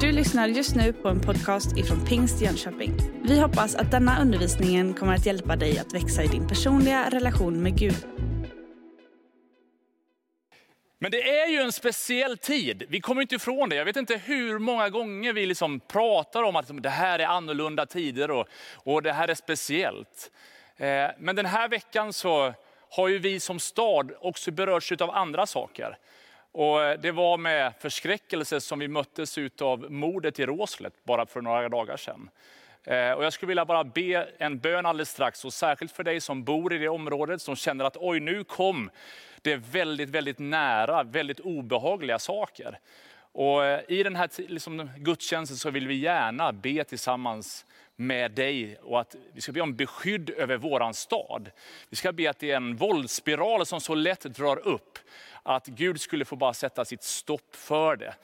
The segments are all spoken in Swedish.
Du lyssnar just nu på en podcast ifrån Pingst Jönköping. Vi hoppas att denna undervisning kommer att hjälpa dig att växa i din personliga relation med Gud. Men det är ju en speciell tid. Vi kommer inte ifrån det. Jag vet inte hur många gånger vi pratar om att det här är annorlunda tider och det här är speciellt. Men den här veckan så har ju vi som stad också berörts av andra saker. Och det var med förskräckelse som vi möttes av mordet i Råslet bara för några dagar sedan. Och jag skulle vilja bara be en bön alldeles strax, och särskilt för dig som bor i det området som känner att oj, nu kom det väldigt, väldigt nära, väldigt obehagliga saker. Och i den här gudstjänsten så vill vi gärna be tillsammans med dig, och att vi ska be om beskydd över våran stad. Vi ska be att det är en våldsspiral som så lätt drar upp, att Gud skulle få bara sätta sitt stopp för det.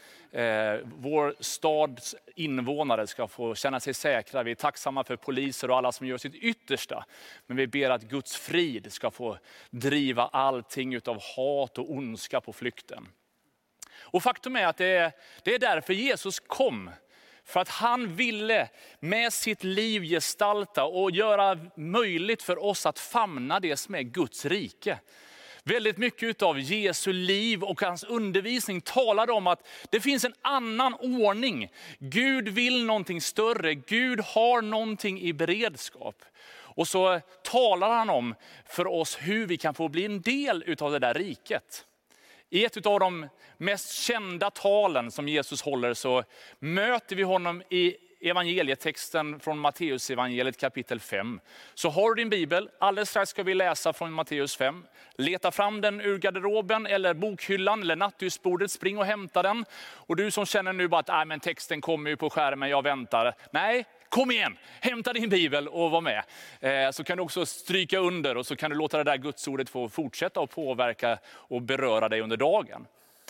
Vår stads invånare ska få känna sig säkra. Vi är tacksamma för poliser och alla som gör sitt yttersta. Men vi ber att Guds frid ska få driva allting utav hat och ondska på flykten. Och faktum är att det är därför Jesus kom. För att han ville med sitt liv gestalta och göra möjligt för oss att famna det som är Guds rike. Väldigt mycket av Jesu liv och hans undervisning talade om att det finns en annan ordning. Gud vill någonting större. Gud har någonting i beredskap. Och så talar han om för oss hur vi kan få bli en del av det där riket. I ett av de mest kända talen som Jesus håller så möter vi honom i evangelietexten från Matteus evangeliet kapitel 5. Så har du din bibel, alldeles strax ska vi läsa från Matteus 5. Leta fram den ur garderoben eller bokhyllan eller nattduksbordet, spring och hämta den. Och du som känner nu bara att men texten kommer ju på skärmen, jag väntar. Nej, kom igen, hämta din bibel och var med. Så kan du också stryka under, och så kan du låta det där gudsordet få fortsätta att påverka och beröra dig under dagen.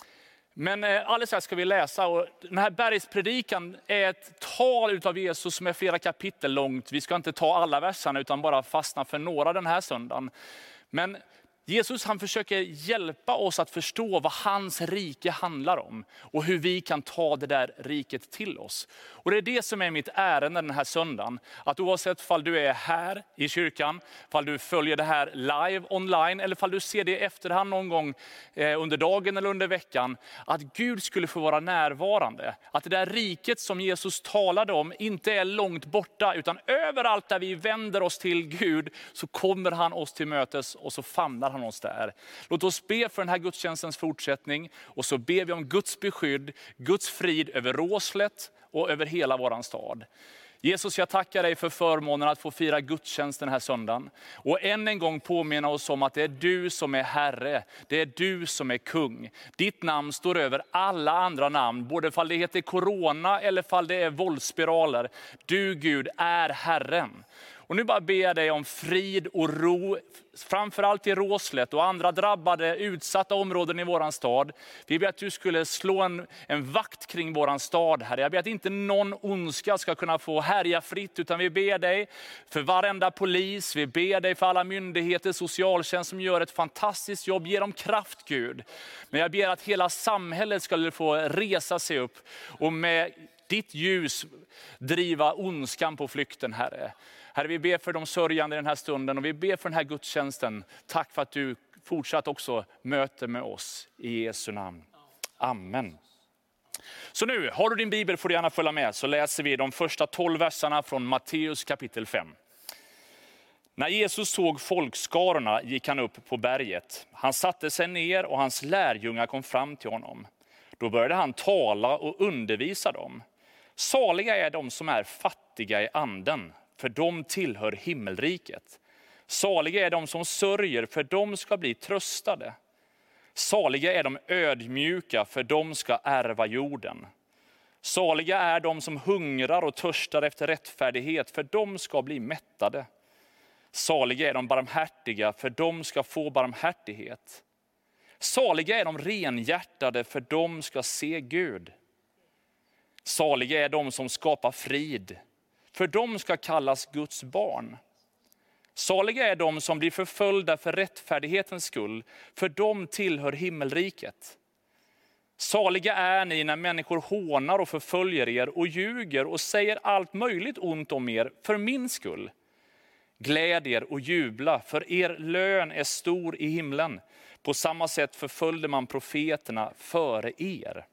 Men alldeles här ska vi läsa, och den här bergspredikan är ett tal utav Jesus som är flera kapitel långt. Vi ska inte ta alla verserna utan bara fastna för några den här söndagen. Men Jesus han försöker hjälpa oss att förstå vad hans rike handlar om och hur vi kan ta det där riket till oss. Och det är det som är mitt ärende den här söndagen. Att oavsett fall du är här i kyrkan, fall du följer det här live online eller fall du ser det i efterhand någon gång under dagen eller under veckan, att Gud skulle få vara närvarande. Att det där riket som Jesus talade om inte är långt borta, utan överallt där vi vänder oss till Gud så kommer han oss till mötes och så famnar han oss där. Låt oss be för den här gudstjänstens fortsättning, och så ber vi om Guds beskydd, Guds frid över Råslet och över hela våran stad. Jesus, jag tackar dig för förmånen att få fira gudstjänst den här söndagen. Och än en gång påminna oss om att det är du som är Herre. Det är du som är kung. Ditt namn står över alla andra namn. Både fall det heter corona eller fall det är våldsspiraler. Du Gud är Herren. Och nu bara ber jag dig om frid och ro, framförallt i Råslet och andra drabbade, utsatta områden i våran stad. Vi ber att du skulle slå en vakt kring våran stad, Herre. Jag ber att inte någon ondska ska kunna få härja fritt, utan vi ber dig för varenda polis. Vi ber dig för alla myndigheter, socialtjänst som gör ett fantastiskt jobb. Ge dem kraft, Gud. Men jag ber att hela samhället ska få resa sig upp och med ditt ljus driva ondskan på flykten, Herre. Herre, vi ber för de sörjande i den här stunden och vi ber för den här gudstjänsten. Tack för att du fortsatt också möter med oss i Jesu namn. Amen. Så nu, har du din bibel får du gärna följa med, så läser vi de första 12 verserna från Matteus kapitel 5. När Jesus såg folkskarorna gick han upp på berget. Han satte sig ner och hans lärjungar kom fram till honom. Då började han tala och undervisa dem. Saliga är de som är fattiga i anden, för de tillhör himmelriket. Saliga är de som sörjer, för de ska bli tröstade. Saliga är de ödmjuka, för de ska ärva jorden. Saliga är de som hungrar och törstar efter rättfärdighet, för de ska bli mättade. Saliga är de barmhärtiga, för de ska få barmhärtighet. Saliga är de renhjärtade, för de ska se Gud. Saliga är de som skapar frid, för de ska kallas Guds barn. Saliga är de som blir förföljda för rättfärdighetens skull, för de tillhör himmelriket. Saliga är ni när människor hånar och förföljer er och ljuger och säger allt möjligt ont om er för min skull. Gläd er och jubla, för er lön är stor i himlen. På samma sätt förföljde man profeterna före er.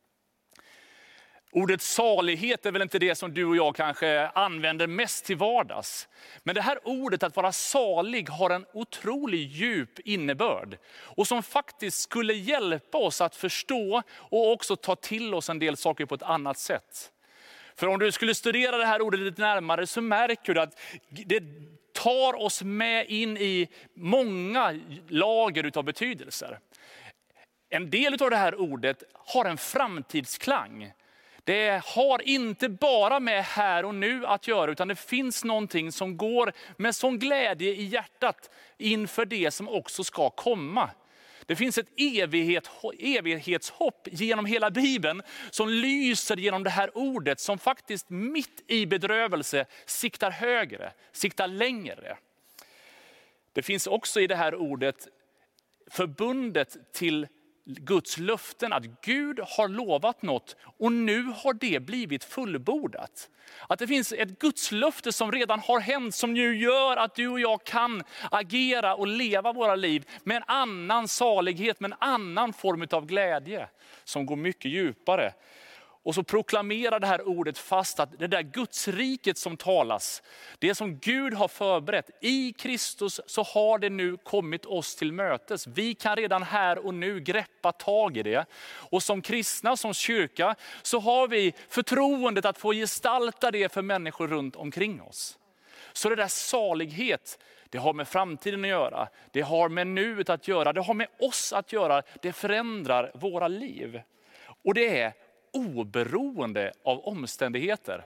Ordet salighet är väl inte det som du och jag kanske använder mest till vardags. Men det här ordet att vara salig har en otroligt djup innebörd. Och som faktiskt skulle hjälpa oss att förstå och också ta till oss en del saker på ett annat sätt. För om du skulle studera det här ordet lite närmare så märker du att det tar oss med in i många lager utav betydelser. En del av det här ordet har en framtidsklang. Det har inte bara med här och nu att göra, utan det finns någonting som går med sån glädje i hjärtat inför det som också ska komma. Det finns ett evighetshopp genom hela Bibeln som lyser genom det här ordet som faktiskt mitt i bedrövelse siktar högre, siktar längre. Det finns också i det här ordet förbundet till Guds löften, att Gud har lovat något och nu har det blivit fullbordat. Att det finns ett Guds löfte som redan har hänt, som nu gör att du och jag kan agera och leva våra liv med en annan salighet, med en annan form av glädje som går mycket djupare. Och så proklamerar det här ordet fast att det där Guds riket som talas, det som Gud har förberett i Kristus, så har det nu kommit oss till mötes. Vi kan redan här och nu greppa tag i det. Och som kristna, som kyrka, så har vi förtroendet att få gestalta det för människor runt omkring oss. Så det där salighet, det har med framtiden att göra. Det har med nuet att göra. Det har med oss att göra. Det förändrar våra liv. Och det är oberoende av omständigheter.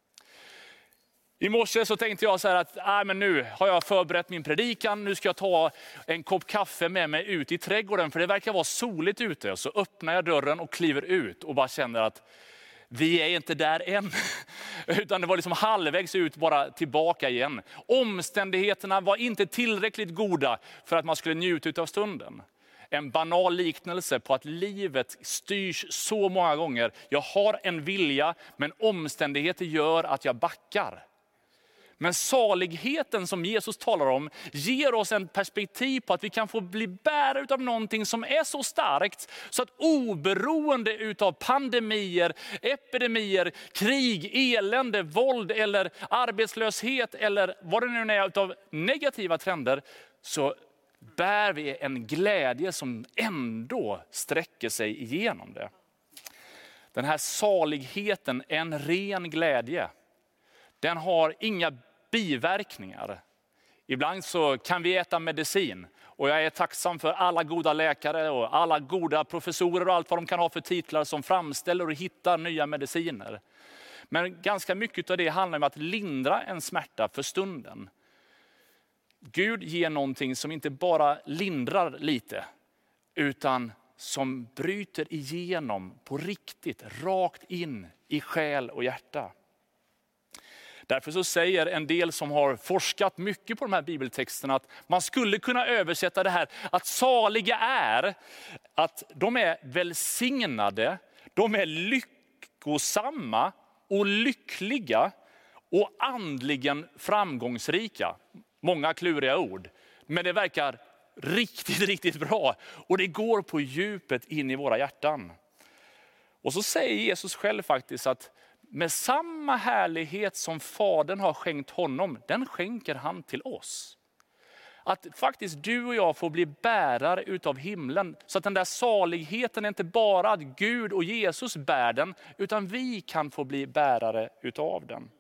I morse så tänkte jag så här att men nu har jag förberett min predikan. Nu ska jag ta en kopp kaffe med mig ut i trädgården, för det verkar vara soligt ute. Så öppnar jag dörren och kliver ut och bara känner att vi är inte där än. Utan det var liksom halvvägs ut, bara tillbaka igen. Omständigheterna var inte tillräckligt goda för att man skulle njuta av stunden. En banal liknelse på att livet styrs så många gånger. Jag har en vilja, men omständigheter gör att jag backar. Men saligheten som Jesus talar om ger oss en perspektiv på att vi kan få bli bärare av någonting som är så starkt så att oberoende utav pandemier, epidemier, krig, elände, våld eller arbetslöshet eller vad det nu är utav negativa trender, så bär vi en glädje som ändå sträcker sig igenom det. Den här saligheten är en ren glädje. Den har inga biverkningar. Ibland så kan vi äta medicin. Och jag är tacksam för alla goda läkare och alla goda professorer och allt vad de kan ha för titlar som framställer och hittar nya mediciner. Men ganska mycket av det handlar om att lindra en smärta för stunden. Gud ger någonting som inte bara lindrar lite, utan som bryter igenom på riktigt, rakt in i själ och hjärta. Därför så säger en del som har forskat mycket på de här bibeltexterna att man skulle kunna översätta det här att saliga är att de är välsignade, de är lyckosamma och lyckliga och andligen framgångsrika. Många kluriga ord, men det verkar riktigt bra. Och det går på djupet in i våra hjärtan. Och så säger Jesus själv faktiskt att med samma härlighet som Fadern har skänkt honom, den skänker han till oss. Att faktiskt du och jag får bli bärare utav himlen. Så att den där saligheten är inte bara att Gud och Jesus bär den, utan vi kan få bli bärare utav den.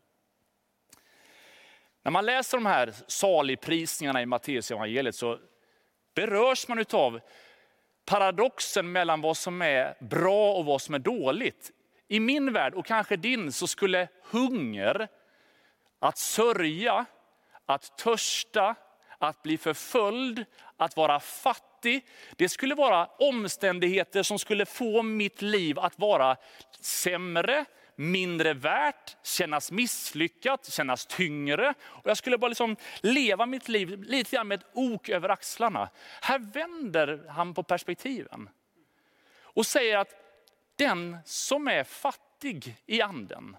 När man läser de här saligprisningarna i Matteus evangeliet så berörs man utav paradoxen mellan vad som är bra och vad som är dåligt. I min värld och kanske din så skulle hunger, att sörja, att törsta, att bli förföljd, att vara fattig. Det skulle vara omständigheter som skulle få mitt liv att vara sämre, mindre värt, kännas misslyckat, kännas tyngre. Och jag skulle bara liksom leva mitt liv lite grann med ett ok över axlarna. Här vänder han på perspektiven och säger att den som är fattig i anden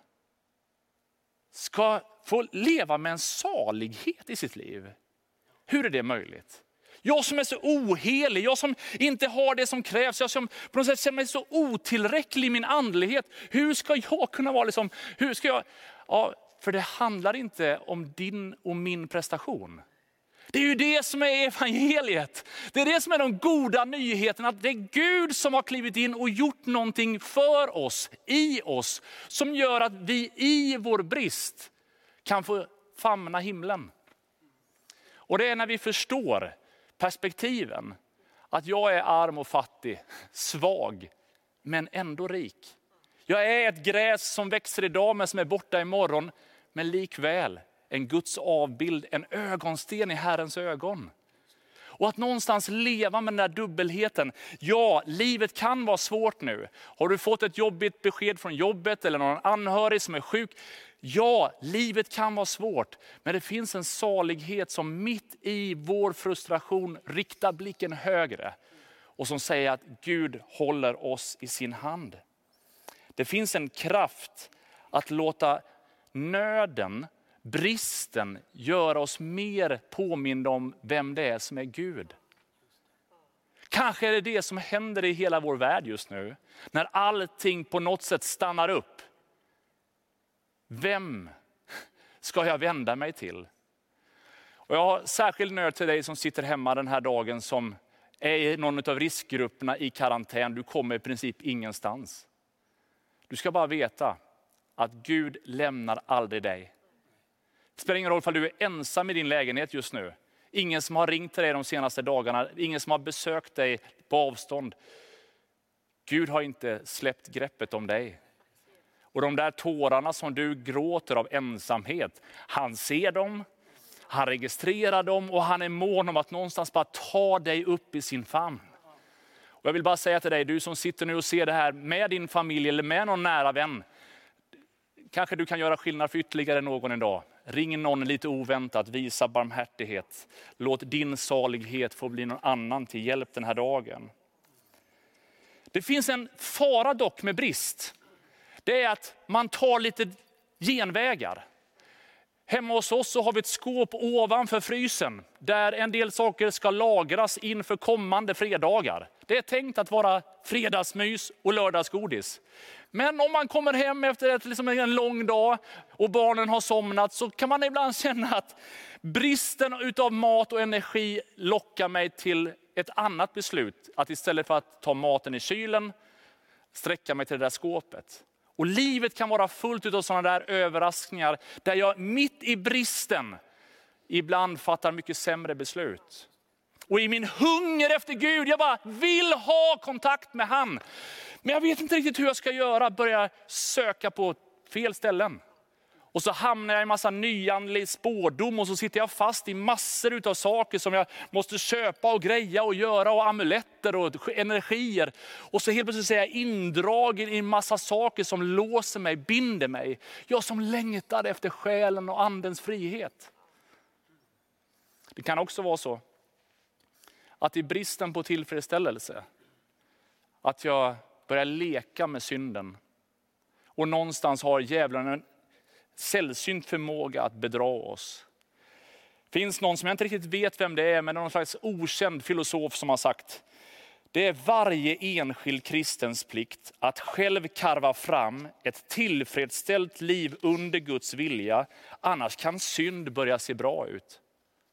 ska få leva med en salighet i sitt liv. Hur är det möjligt? Jag som är så ohelig, jag som inte har det som krävs, jag som på något sätt känner mig så otillräcklig i min andlighet. Hur ska jag kunna vara liksom, hur ska jag? Ja, för det handlar inte om din och min prestation. Det är ju det som är evangeliet. Det är det som är de goda nyheterna. Att det är Gud som har klivit in och gjort någonting för oss, i oss. Som gör att vi i vår brist kan få famna himlen. Och det är när vi förstår perspektiven. Att jag är arm och fattig, svag, men ändå rik. Jag är ett gräs som växer idag men som är borta imorgon. Men likväl en Guds avbild, en ögonsten i Herrens ögon. Och att någonstans leva med den där dubbelheten. Ja, livet kan vara svårt nu. Har du fått ett jobbigt besked från jobbet eller någon anhörig som är sjuk? Ja, livet kan vara svårt. Men det finns en salighet som mitt i vår frustration riktar blicken högre. Och som säger att Gud håller oss i sin hand. Det finns en kraft att låta nöden, bristen göra oss mer påminna om vem det är som är Gud. Kanske är det som händer i hela vår värld just nu. När allting på något sätt stannar upp. Vem ska jag vända mig till? Och jag har särskild nöd till dig som sitter hemma den här dagen som är i någon av riskgrupperna i karantän. Du kommer i princip ingenstans. Du ska bara veta att Gud lämnar aldrig dig. Det spelar ingen roll om du är ensam i din lägenhet just nu. Ingen som har ringt till dig de senaste dagarna. Ingen som har besökt dig på avstånd. Gud har inte släppt greppet om dig. Och de där tårarna som du gråter av ensamhet. Han ser dem. Han registrerar dem. Och han är mån om att någonstans bara ta dig upp i sin famn. Och jag vill bara säga till dig, du som sitter nu och ser det här med din familj eller med någon nära vän. Kanske du kan göra skillnad för ytterligare någon idag. Ring någon lite oväntat, visa barmhärtighet. Låt din salighet få bli någon annan till hjälp den här dagen. Det finns en fara dock med brist. Det är att man tar lite genvägar. Hemma hos oss så har vi ett skåp ovanför frysen. Där en del saker ska lagras inför kommande fredagar. Det är tänkt att vara fredagsmys och lördagsgodis. Men om man kommer hem efter en lång dag och barnen har somnat så kan man ibland känna att bristen utav mat och energi lockar mig till ett annat beslut. Att istället för att ta maten i kylen sträcka mig till det där skåpet. Och livet kan vara fullt av sådana där överraskningar där jag mitt i bristen ibland fattar mycket sämre beslut. Och i min hunger efter Gud, jag bara vill ha kontakt med han. Men jag vet inte riktigt hur jag ska göra. Börjar söka på fel ställen. Och så hamnar jag i en massa nyandlig spårdom. Och så sitter jag fast i massor av saker som jag måste köpa och greja och göra. Och amuletter och energier. Och så helt plötsligt är jag indragen i en massa saker som låser mig, binder mig. Jag som längtar efter själen och andens frihet. Det kan också vara så att i bristen på tillfredsställelse att jag börjar leka med synden. Och någonstans har djävulen en sällsynt förmåga att bedra oss. Finns någon som jag inte riktigt vet vem det är, men någon slags okänd filosof som har sagt: det är varje enskild kristens plikt att själv karva fram ett tillfredsställt liv under Guds vilja. Annars kan synd börja se bra ut.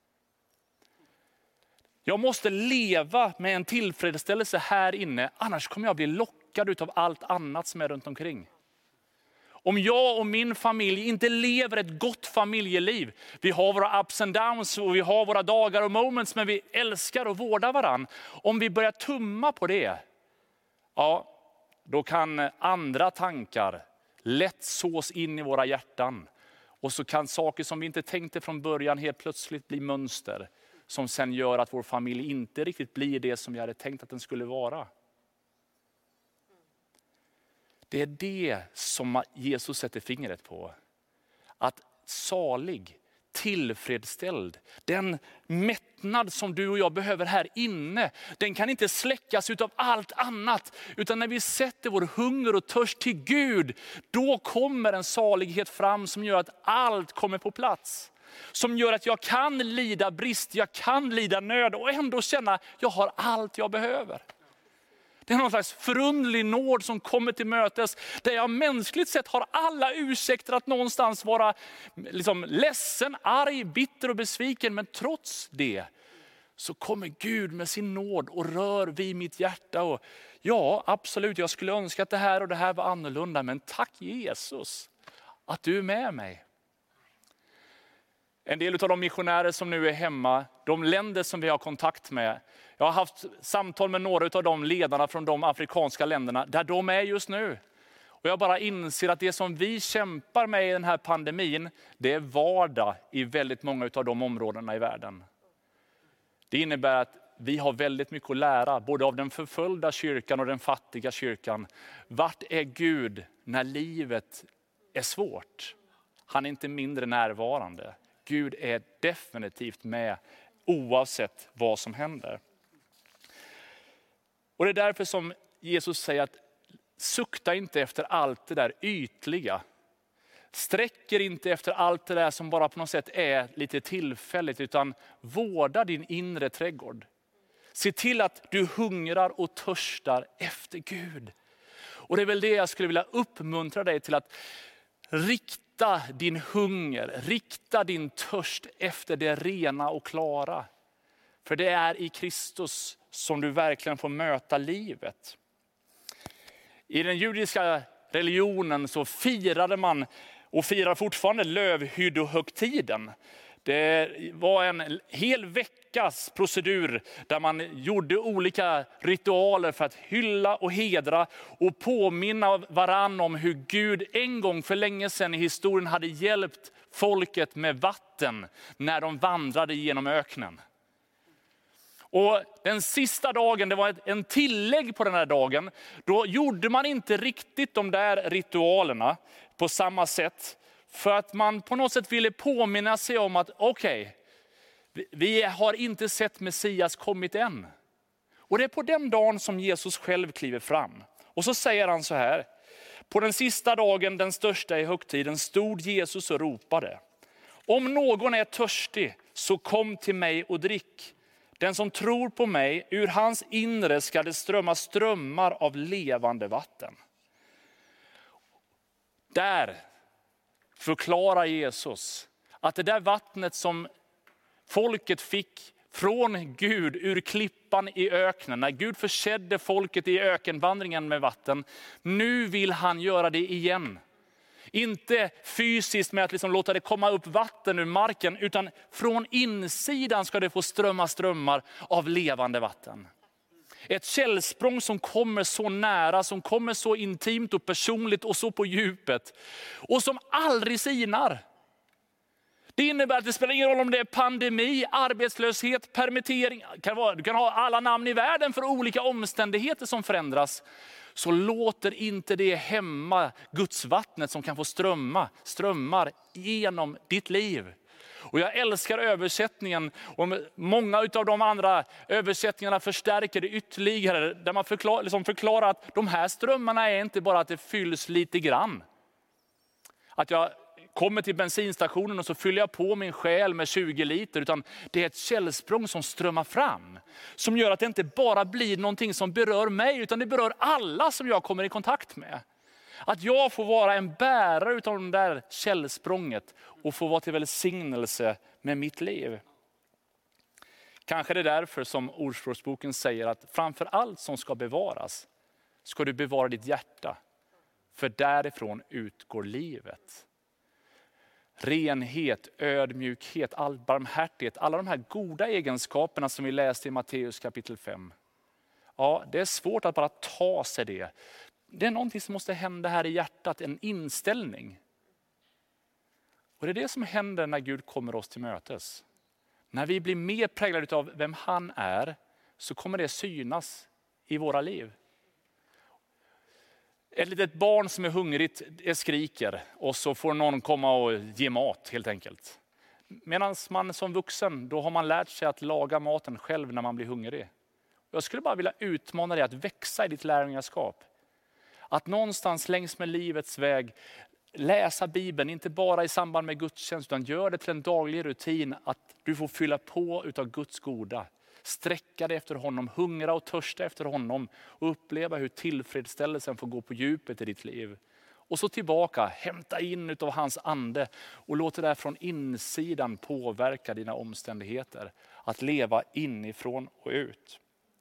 Jag måste leva med en tillfredsställelse här inne. Annars kommer jag bli lockad av allt annat som är runt omkring. Om jag och min familj inte lever ett gott familjeliv. Vi har våra ups and downs och vi har våra dagar och moments. Men vi älskar och vårdar varann. Om vi börjar tumma på det. Ja, då kan andra tankar lätt sås in i våra hjärtan. Och så kan saker som vi inte tänkte från början helt plötsligt bli mönster. Som sen gör att vår familj inte riktigt blir det som jag hade tänkt att den skulle vara. Det är det som Jesus sätter fingret på. Att salig tillfredsställd. Den mättnad som du och jag behöver här inne, den kan inte släckas utav allt annat. Utan när vi sätter vår hunger och törst till Gud, då kommer en salighet fram som gör att allt kommer på plats. Som gör att jag kan lida brist, jag kan lida nöd och ändå känna att jag har allt jag behöver. Det är någon slags förundlig nåd som kommer till mötes, där jag mänskligt sett har alla ursäkter att någonstans vara liksom ledsen, arg, bitter och besviken. Men trots det så kommer Gud med sin nåd och rör vid mitt hjärta. Och ja, absolut, jag skulle önska att det här och det här var annorlunda. Men tack Jesus att du är med mig. En del av de missionärer som nu är hemma, de länder som vi har kontakt med. Jag har haft samtal med några av de ledarna från de afrikanska länderna där de är just nu. Och jag bara inser att det som vi kämpar med i den här pandemin, det är vardag i väldigt många av de områdena i världen. Det innebär att vi har väldigt mycket att lära, både av den förföljda kyrkan och den fattiga kyrkan. Vart är Gud när livet är svårt? Han är inte mindre närvarande. Gud är definitivt med oavsett vad som händer. Och det är därför som Jesus säger att sukta inte efter allt det där ytliga. Sträcker inte efter allt det där som bara på något sätt är lite tillfälligt, utan vårda din inre trädgård. Se till att du hungrar och törstar efter Gud. Och det är väl det jag skulle vilja uppmuntra dig till, att rikta din hunger, rikta din törst efter det rena och klara. För det är i Kristus som du verkligen får möta livet. I den judiska religionen så firade man och firar fortfarande lövhyddohögtiden. Det var en hel veckas procedur där man gjorde olika ritualer för att hylla och hedra och påminna varann om hur Gud en gång för länge sedan i historien hade hjälpt folket med vatten när de vandrade genom öknen. Och den sista dagen, det var en tillägg på den här dagen, då gjorde man inte riktigt de där ritualerna på samma sätt. För att man på något sätt ville påminna sig om att vi har inte sett Messias kommit än. Och det är på den dagen som Jesus själv kliver fram. Och så säger han så här: på den sista dagen, den största i högtiden, stod Jesus och ropade: om någon är törstig, så kom till mig och drick. Den som tror på mig, ur hans inre ska det strömma strömmar av levande vatten. Där förklarar Jesus att det där vattnet som folket fick från Gud ur klippan i öknen, när Gud försedde folket i ökenvandringen med vatten, nu vill han göra det igen. Inte fysiskt med att liksom låta det komma upp vatten ur marken, utan från insidan ska det få strömma strömmar av levande vatten. Ett källsprång som kommer så nära, som kommer så intimt och personligt och så på djupet. Och som aldrig sinar. Det innebär att det spelar ingen roll om det är pandemi, arbetslöshet, permittering. Du kan ha alla namn i världen för olika omständigheter som förändras. Så låter inte det hämma Guds vattnet som kan få strömmar genom ditt liv. Och jag älskar översättningen, och många av de andra översättningarna förstärker det ytterligare. Där man förklarar att de här strömmarna är inte bara att det fylls lite grann. Att jag kommer till bensinstationen och så fyller jag på min själ med 20 liter. Utan det är ett källsprång som strömmar fram. Som gör att det inte bara blir någonting som berör mig, utan det berör alla som jag kommer i kontakt med. Att jag får vara en bärare av det där källsprånget och få vara till välsignelse med mitt liv. Kanske det är därför som Ordspråksboken säger att framför allt som ska bevaras ska du bevara ditt hjärta. För därifrån utgår livet. Renhet, ödmjukhet, all barmhärtighet, alla de här goda egenskaperna som vi läste i Matteus kapitel 5. Ja, det är svårt att bara ta sig det. Det är någonting som måste hända här i hjärtat, en inställning. Och det är det som händer när Gud kommer oss till mötes. När vi blir mer präglade av vem han är, så kommer det synas i våra liv. Ett litet barn som är hungrigt skriker och så får någon komma och ge mat helt enkelt. Medan man som vuxen, då har man lärt sig att laga maten själv när man blir hungrig. Jag skulle bara vilja utmana dig att växa i ditt lärjungaskap. Att någonstans längs med livets väg läsa Bibeln, inte bara i samband med gudstjänst, utan gör det till en daglig rutin att du får fylla på utav Guds goda. Sträcka dig efter honom, hungra och törsta efter honom och uppleva hur tillfredsställelsen får gå på djupet i ditt liv. Och så tillbaka, hämta in utav hans ande och låt det där från insidan påverka dina omständigheter. Att leva inifrån och ut.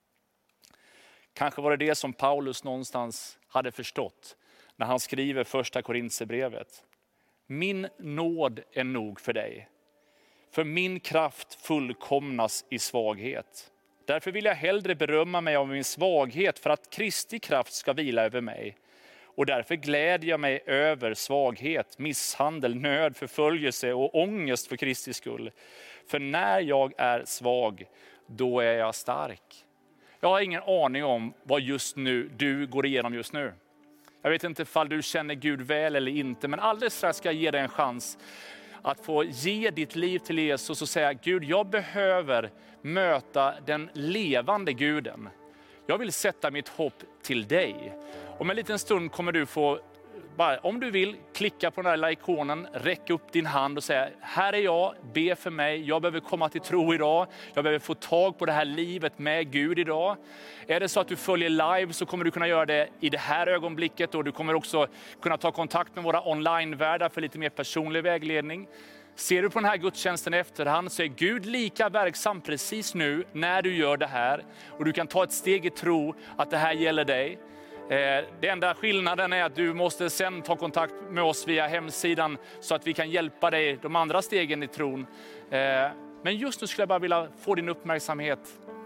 Kanske var det som Paulus någonstans hade förstått när han skriver första Korinthierbrevet. Min nåd är nog för dig. För min kraft fullkomnas i svaghet. Därför vill jag hellre berömma mig av min svaghet för att Kristi kraft ska vila över mig. Och därför glädjer jag mig över svaghet, misshandel, nöd, förföljelse och ångest för Kristi skull. För när jag är svag, då är jag stark. Jag har ingen aning om vad just nu du går igenom just nu. Jag vet inte ifall du känner Gud väl eller inte, men alldeles strax ska jag ge dig en chans att få ge ditt liv till Jesus och säga: Gud, jag behöver möta den levande Guden. Jag vill sätta mitt hopp till dig. Om en liten stund kommer du få, bara, om du vill, klicka på den här lilla ikonen, räcka upp din hand och säga: här är jag, be för mig, jag behöver komma till tro idag. Jag behöver få tag på det här livet med Gud idag. Är det så att du följer live så kommer du kunna göra det i det här ögonblicket. Och du kommer också kunna ta kontakt med våra online-värdar för lite mer personlig vägledning. Ser du på den här gudstjänsten i efterhand så är Gud lika verksam precis nu när du gör det här. Och du kan ta ett steg i tro att det här gäller dig. Det enda skillnaden är att du måste sen ta kontakt med oss via hemsidan så att vi kan hjälpa dig de andra stegen i tron. Men just nu skulle jag bara vilja få din uppmärksamhet.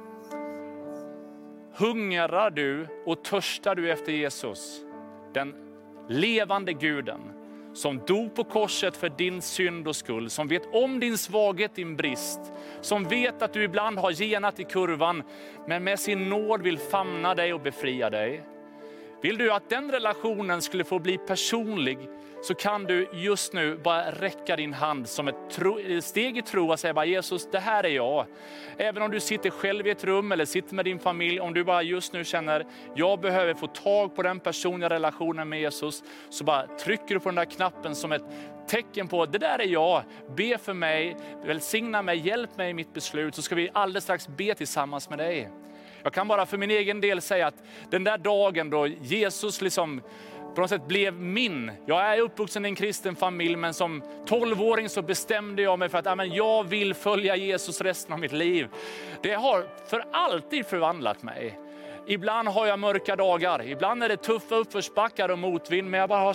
Hungrar du och törstar du efter Jesus, den levande Guden som dog på korset för din synd och skuld, som vet om din svaghet, din brist, som vet att du ibland har genat i kurvan men med sin nåd vill famna dig och befria dig. Vill du att den relationen skulle få bli personlig, så kan du just nu bara räcka din hand som ett steg i tro och säga: bara, Jesus, det här är jag. Även om du sitter själv i ett rum eller sitter med din familj, om du bara just nu känner: jag behöver få tag på den personliga relationen med Jesus, så bara trycker du på den där knappen som ett tecken på: det där är jag, be för mig, välsigna mig, hjälp mig i mitt beslut, så ska vi alldeles strax be tillsammans med dig. Jag kan bara för min egen del säga att den där dagen då Jesus liksom på något sätt blev min. Jag är uppvuxen i en kristen familj, men som 12-åring så bestämde jag mig för att jag vill följa Jesus resten av mitt liv. Det har för alltid förvandlat mig. Ibland har jag mörka dagar, ibland är det tuffa uppförsbackar och motvind, men jag bara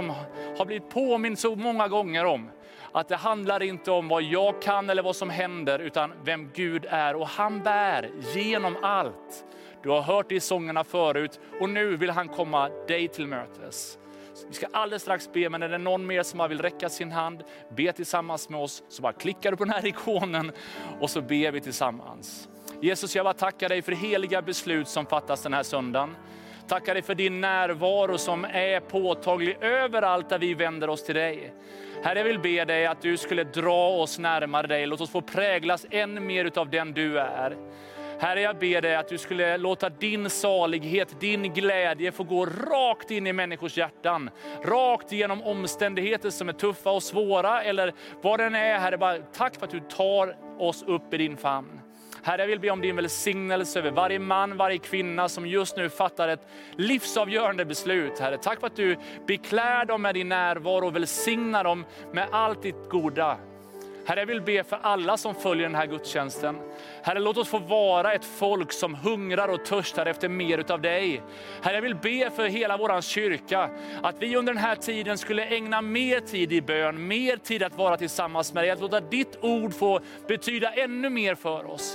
har blivit påminn så många gånger om att det handlar inte om vad jag kan eller vad som händer, utan vem Gud är, och han bär genom allt. Du har hört det i sångerna förut och nu vill han komma dig till mötes. Vi ska alldeles strax be, men är det någon mer som vill räcka sin hand, be tillsammans med oss, så bara klickar du på den här ikonen och så ber vi tillsammans. Jesus, jag bara tackar dig för heliga beslut som fattas den här söndagen. Tackar dig för din närvaro som är påtaglig överallt där vi vänder oss till dig. Herre, jag vill be dig att du skulle dra oss närmare dig. Låt oss få präglas än mer utav den du är. Herre, jag ber dig att du skulle låta din salighet, din glädje få gå rakt in i människors hjärtan. Rakt genom omständigheter som är tuffa och svåra eller vad den är. Herre, bara tack för att du tar oss upp i din famn. Herre, jag vill be om din välsignelse över varje man, varje kvinna som just nu fattar ett livsavgörande beslut. Herre, tack för att du beklär dem med din närvaro och välsignar dem med allt ditt goda. Herre, jag vill be för alla som följer den här gudstjänsten. Herre, låt oss få vara ett folk som hungrar och törstar efter mer utav dig. Herre, jag vill be för hela våran kyrka att vi under den här tiden skulle ägna mer tid i bön, mer tid att vara tillsammans med dig. Att låta ditt ord få betyda ännu mer för oss.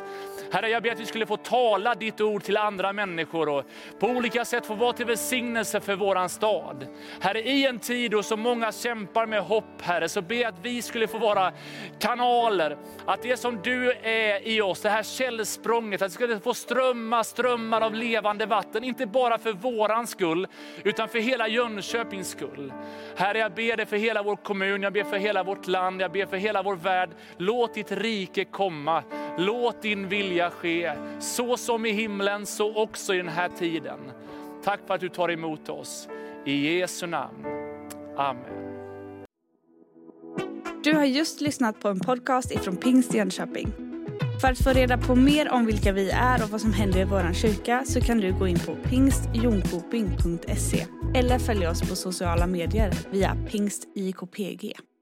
Herre, jag ber att vi skulle få tala ditt ord till andra människor och på olika sätt få vara till välsignelse för våran stad. Herre, i en tid då så många kämpar med hopp, Herre, så ber jag att vi skulle få vara kanaler. Att det som du är i oss, det här källsprånget, att det skulle få strömmar av levande vatten. Inte bara för våran skull, utan för hela Jönköpings skull. Herre, jag ber dig för hela vår kommun, jag ber för hela vårt land, jag ber för hela vår värld. Låt ditt rike komma, låt din vilja ske. Så som i himlen, så också i den här tiden. Tack för att du tar emot oss. I Jesu namn. Amen. Du har just lyssnat på en podcast ifrån Pingst Jönköping. För att få reda på mer om vilka vi är och vad som händer i våran kyrka så kan du gå in på pingstjonkoping.se eller följa oss på sociala medier via pingstjkpg.